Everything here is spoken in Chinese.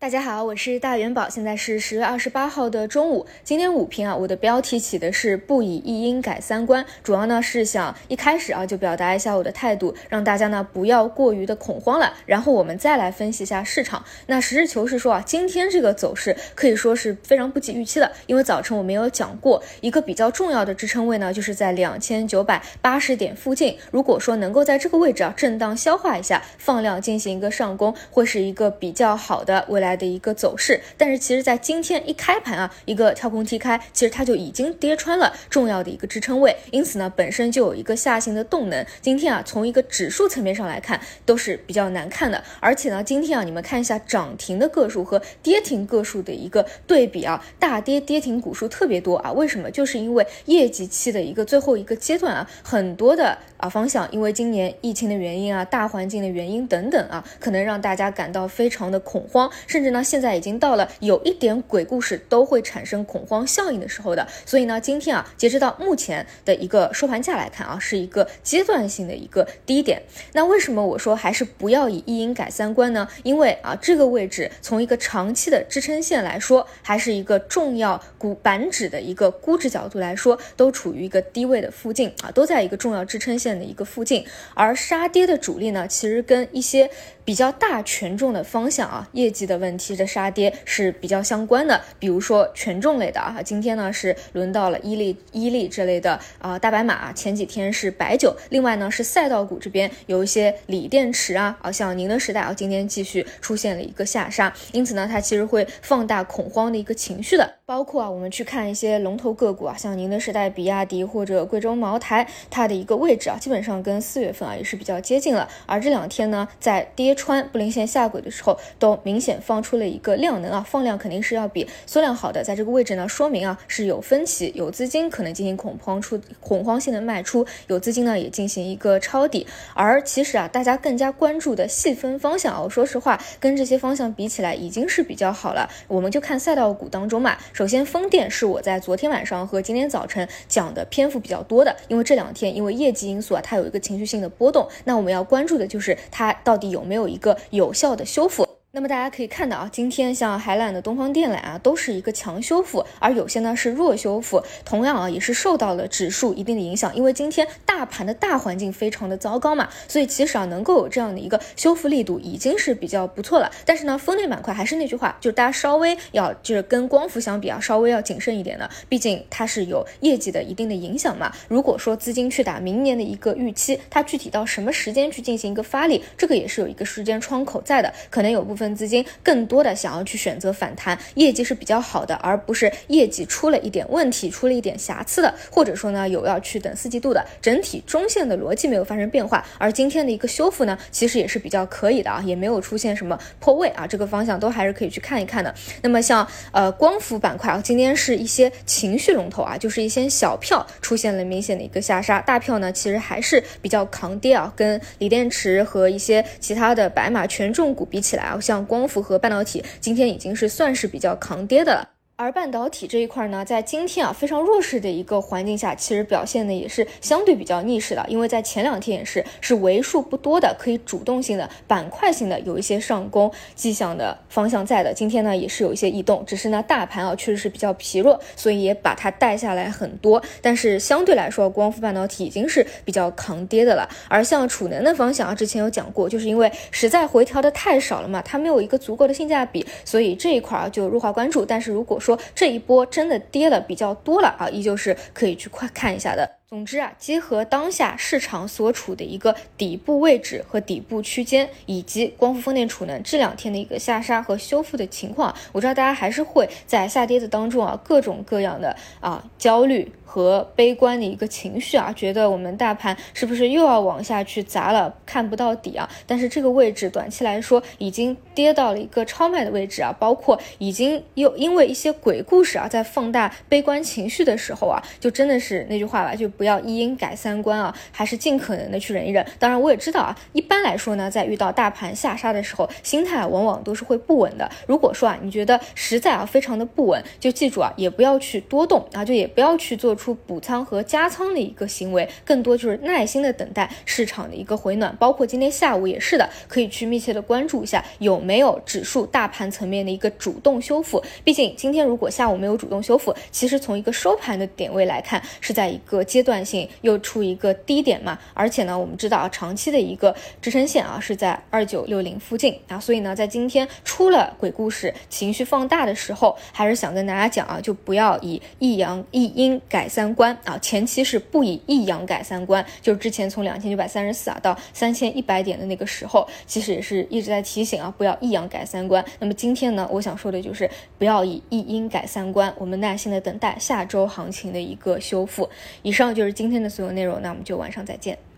大家好，我是大元宝，现在是10月28号的中午。今天午评我的标题起的是不以一因改三观，主要呢是想一开始就表达一下我的态度，让大家呢不要过于的恐慌了，然后我们再来分析一下市场。那实事求是说今天这个走势可以说是非常不及预期的，因为早晨我们有讲过一个比较重要的支撑位呢，就是在2980点附近。如果说能够在这个位置震荡消化一下，放量进行一个上攻，会是一个比较好的未来的一个走势。但是其实在今天一开盘一个跳空踢开，其实它就已经跌穿了重要的一个支撑位，因此呢本身就有一个下行的动能。今天从一个指数层面上来看都是比较难看的，而且呢今天你们看一下涨停的个数和跌停个数的一个对比大跌跌停股数特别多为什么？就是因为业绩期的一个最后一个阶段很多的方向因为今年疫情的原因大环境的原因等等可能让大家感到非常的恐慌，甚至呢现在已经到了有一点鬼故事都会产生恐慌效应的时候的。所以呢今天截止到目前的一个收盘价来看是一个阶段性的一个低点。那为什么我说还是不要以一因改三观呢？因为这个位置从一个长期的支撑线来说，还是一个重要板指的一个估值角度来说，都处于一个低位的附近都在一个重要支撑线的一个附近。而杀跌的主力呢，其实跟一些比较大权重的方向业绩的问题的杀跌是比较相关的。比如说权重类的今天呢是轮到了伊利这类的大白马前几天是白酒，另外呢是赛道股这边有一些锂电池像宁德时代今天继续出现了一个下杀，因此呢它其实会放大恐慌的一个情绪的。包括我们去看一些龙头个股像宁德时代、比亚迪或者贵州茅台，它的一个位置基本上跟4月份也是比较接近了。而这两天呢在跌穿布林线下轨的时候都明显放出了一个量能放量肯定是要比缩量好的，在这个位置呢说明是有分歧，有资金可能进行恐慌性的卖出，有资金呢也进行一个抄底。而其实大家更加关注的细分方向我说实话跟这些方向比起来已经是比较好了。我们就看赛道股当中首先风电是我在昨天晚上和今天早晨讲的篇幅比较多的，因为这两天因为业绩因素它有一个情绪性的波动，那我们要关注的就是它到底有没有一个有效的修复。那么大家可以看到今天像海缆的东方电缆都是一个强修复，而有些呢是弱修复，同样也是受到了指数一定的影响，因为今天大盘的大环境非常的糟糕所以其实能够有这样的一个修复力度已经是比较不错了。但是呢风电板块还是那句话，就是大家稍微要就是跟光伏相比稍微要谨慎一点的，毕竟它是有业绩的一定的影响如果说资金去打明年的一个预期，它具体到什么时间去进行一个发力，这个也是有一个时间窗口在的，可能有部分资金更多的想要去选择反弹，业绩是比较好的，而不是业绩出了一点问题，出了一点瑕疵的，或者说呢有要去等4季度的，整体中线的逻辑没有发生变化。而今天的一个修复呢其实也是比较可以的也没有出现什么破位这个方向都还是可以去看一看的。那么像光伏板块今天是一些情绪龙头就是一些小票出现了明显的一个下杀，大票呢其实还是比较抗跌跟锂电池和一些其他的白马权重股比起来像光伏和半导体今天已经是算是比较抗跌的了。而半导体这一块呢，在今天非常弱势的一个环境下，其实表现的也是相对比较逆势的，因为在前两天也是为数不多的可以主动性的板块性的有一些上攻迹象的方向在的。今天呢也是有一些异动，只是呢大盘确实是比较疲弱，所以也把它带下来很多，但是相对来说光伏半导体已经是比较抗跌的了。而像储能的方向之前有讲过，就是因为实在回调的太少了它没有一个足够的性价比，所以这一块就弱化关注。但是如果说这一波真的跌了比较多了依旧是可以去看一下的。总之结合当下市场所处的一个底部位置和底部区间，以及光伏风电储能这两天的一个下杀和修复的情况，我知道大家还是会在下跌的当中各种各样的焦虑和悲观的一个情绪觉得我们大盘是不是又要往下去砸了，看不到底但是这个位置短期来说已经跌到了一个超卖的位置包括已经又因为一些鬼故事在放大悲观情绪的时候就真的是那句话吧，就不不要一阴改三观啊，还是尽可能的去忍一忍。当然我也知道啊，一般来说呢，在遇到大盘下杀的时候，心态往往都是会不稳的。如果说你觉得实在非常的不稳，就记住也不要去多动就也不要去做出补仓和加仓的一个行为，更多就是耐心的等待市场的一个回暖。包括今天下午也是的，可以去密切的关注一下有没有指数大盘层面的一个主动修复。毕竟今天如果下午没有主动修复，其实从一个收盘的点位来看，是在一个阶段性又出一个低点嘛，而且呢我们知道长期的一个支撑线是在2960附近所以呢在今天出了鬼故事情绪放大的时候，还是想跟大家讲就不要以一阳一阴改三观前期是不以一阳改三观，就是之前从2934到3100点的那个时候，其实也是一直在提醒不要一阳改三观。那么今天呢，我想说的就是不要以一阴改三观，我们耐心的等待下周行情的一个修复。以上就是今天的所有内容，那我们就晚上再见。